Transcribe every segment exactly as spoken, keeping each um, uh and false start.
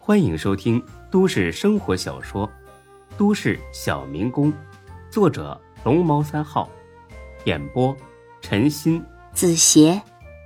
欢迎收听都市生活小说《都市小民工》，作者龙猫三号，演播陈鑫、 子邪，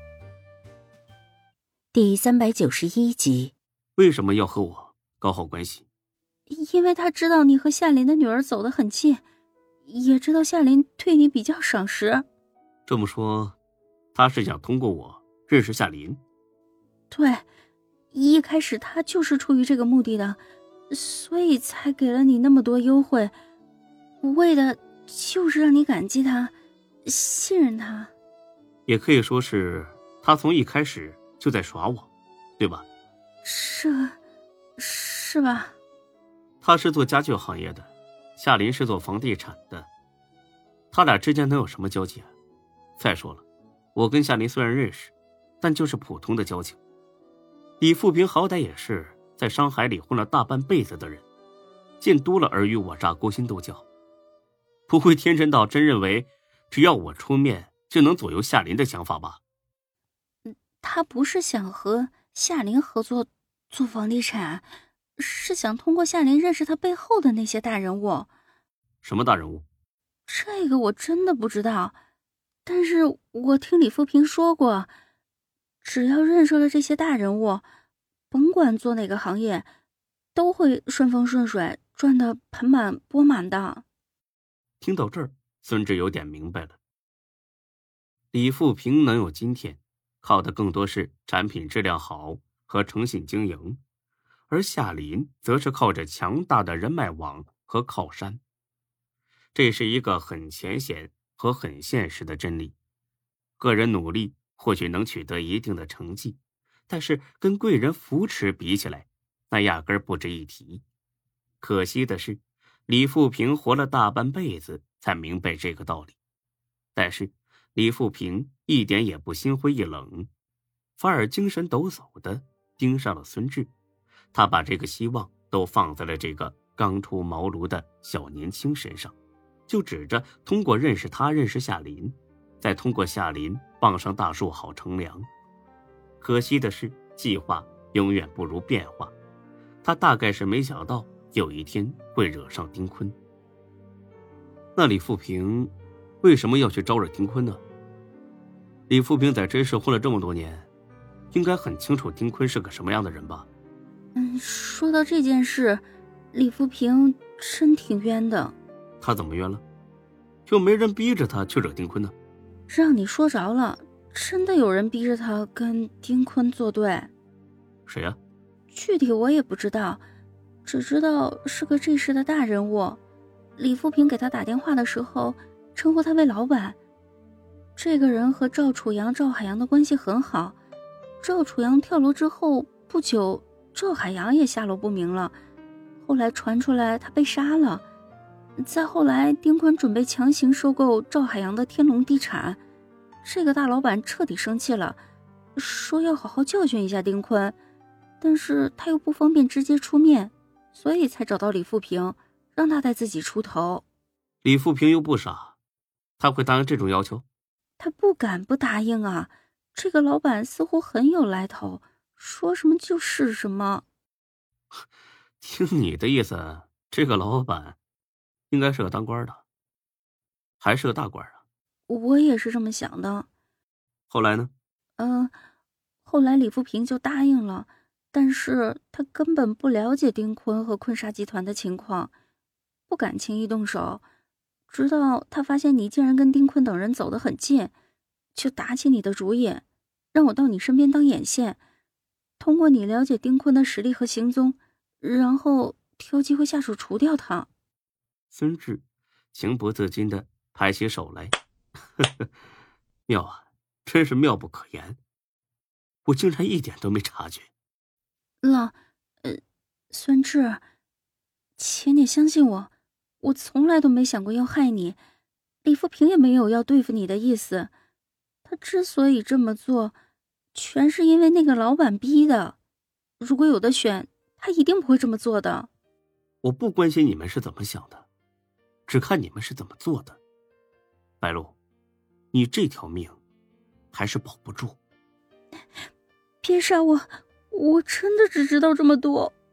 第三百九十一集。 为什么要和我搞好关系？ 因为他知道你和夏琳的女儿走得很近，也知道夏琳对你比较赏识。 这么说，他是想通过我认识夏琳？ 对，一开始他就是出于这个目的的，所以才给了你那么多优惠，为的就是让你感激他，信任他。 也可以说是他从一开始就在耍我，对吧？ 是，是吧？ 他是做家具行业的，夏琳是做房地产的，他俩之间能有什么交集啊？再说了，我跟夏琳虽然认识，但就是普通的交情。李富平好歹也是在商海里混了大半辈子的人，见多了尔虞我诈、勾心斗角，不会天真到真认为只要我出面就能左右夏琳的想法吧？ 他不是想和夏琳合作做房地产，是想通过夏琳认识他背后的那些大人物。 什么大人物？ 这个我真的不知道，但是我听李富平说过，只要认识了这些大人物，甭管做哪个行业，都会顺风顺水，赚得盆满钵满的。 听到这儿，孙志有点明白了。李富平能有今天，靠的更多是产品质量好和诚信经营，而夏琳则是靠着强大的人脉网和靠山。这是一个很浅显和很现实的真理。个人努力或许能取得一定的成绩，但是跟贵人扶持比起来，那压根儿不值一提。可惜的是，李富平活了大半辈子才明白这个道理。但是李富平一点也不心灰意冷，反而精神抖擞地盯上了孙志。他把这个希望都放在了这个刚出茅庐的小年轻身上，就指着通过认识他认识夏琳，再通过夏琳傍上大树好乘凉。可惜的是，计划永远不如变化。他大概是没想到有一天会惹上丁坤。那李富平为什么要去招惹丁坤呢？李富平在真市混了这么多年，应该很清楚丁坤是个什么样的人吧？ 嗯，说到这件事，李富平真挺冤的。 他怎么冤了？又没人逼着他去惹丁坤呢。 让你说着了，真的有人逼着他跟丁坤作对。 谁呀？ 具体我也不知道，只知道是个这市的大人物。李富平给他打电话的时候，称呼他为老板。这个人和赵楚阳、赵海洋的关系很好。赵楚阳跳楼之后不久，赵海洋也下落不明了。后来传出来他被杀了。再后来，丁坤准备强行收购赵海洋的天龙地产，这个大老板彻底生气了，说要好好教训一下丁坤，但是他又不方便直接出面，所以才找到李富平，让他带自己出头。 李富平又不傻，他会答应这种要求？ 他不敢不答应啊，这个老板似乎很有来头，说什么就是什么。 听你的意思，这个老板应该是个当官的，还是个大官啊？ 我也是这么想的。 后来呢？ 嗯、呃，后来李富平就答应了，但是他根本不了解丁坤和坤沙集团的情况，不敢轻易动手。直到他发现你竟然跟丁坤等人走得很近，就打起你的主意，让我到你身边当眼线，通过你了解丁坤的实力和行踪，然后挑机会下手除掉他。 孙志情不自禁地拍起手来，呵呵，妙啊，真是妙不可言，我竟然一点都没察觉。 老，呃，孙志，请你相信我，我从来都没想过要害你，李富平也没有要对付你的意思。他之所以这么做，全是因为那个老板逼的。如果有的选，他一定不会这么做的。 我不关心你们是怎么想的，只看你们是怎么做的。白露，你这条命还是保不住。 别杀我，我真的只知道这么多。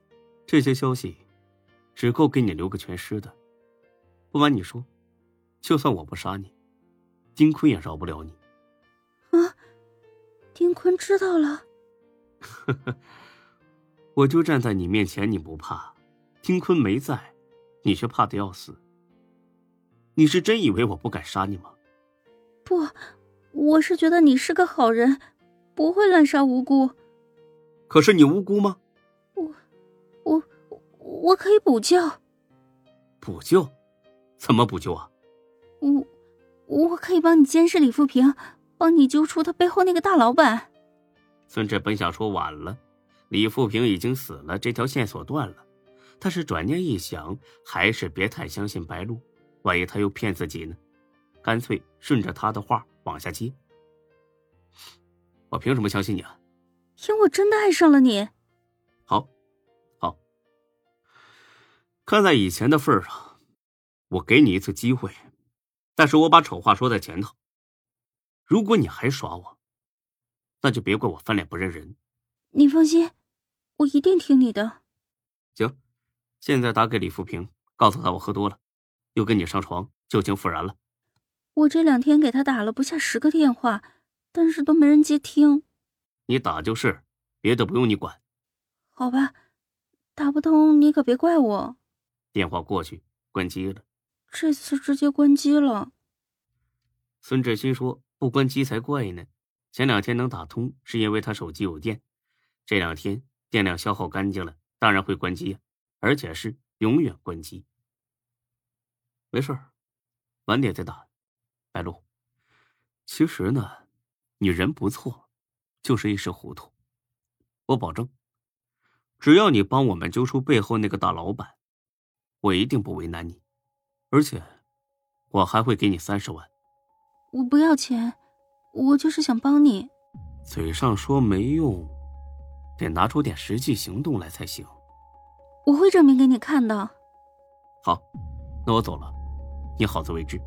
这些消息只够给你留个全尸的。不瞒你说，就算我不杀你，丁坤也饶不了你。 啊，丁坤知道了？ 呵呵，我就站在你面前，你不怕？丁坤没在，你却怕得要死。你是真以为我不敢杀你吗？ 不，我是觉得你是个好人，不会滥杀无辜。 可是你无辜吗？ 我我我可以补救。 补救？怎么补救啊？ 我我可以帮你监视李富平，帮你揪出他背后那个大老板。 孙志本想说晚了，李富平已经死了，这条线索断了。但是转念一想，还是别太相信白鹿，万一他又骗自己呢？干脆顺着他的话往下接。我凭什么相信你啊？ 因为我真的爱上了你。 好，好。看在以前的份上，我给你一次机会，但是我把丑话说在前头。如果你还耍我，那就别怪我翻脸不认人。 你放心，我一定听你的。 行，现在打给李富平，告诉他我喝多了，又跟你上床，旧情复燃了。 我这两天给他打了不下十个电话，但是都没人接听。 你打就是，别的不用你管。 好吧，打不通你可别怪我。 电话过去，关机了。 这次直接关机了。 孙志新说不关机才怪呢，前两天能打通是因为他手机有电，这两天电量消耗干净了，当然会关机，而且是永远关机。没事儿，晚点再打。白鹿，其实呢，你人不错，就是一时糊涂。我保证，只要你帮我们揪出背后那个大老板，我一定不为难你，而且我还会给你三十万。 我不要钱，我就是想帮你。 嘴上说没用，得拿出点实际行动来才行。 我会证明给你看的。 好，那我走了，你好自为之。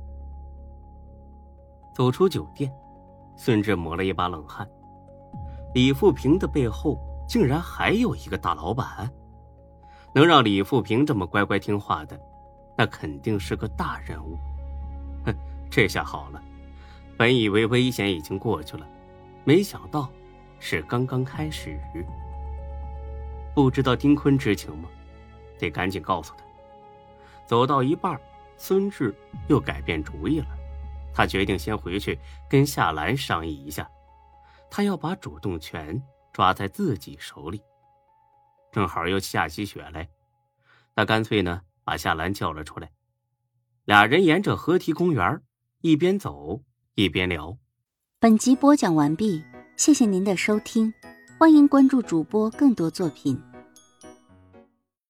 走出酒店，孙志抹了一把冷汗。李富平的背后竟然还有一个大老板，能让李富平这么乖乖听话的，那肯定是个大人物。哼，这下好了，本以为危险已经过去了，没想到是刚刚开始。不知道丁坤知情吗？得赶紧告诉他。走到一半，孙志又改变主意了。他决定先回去跟夏兰商议一下，他要把主动权抓在自己手里。正好又下起雪来，他干脆呢把夏兰叫了出来。俩人沿着河堤公园一边走一边聊。 本集播讲完毕，谢谢您的收听，欢迎关注主播更多作品。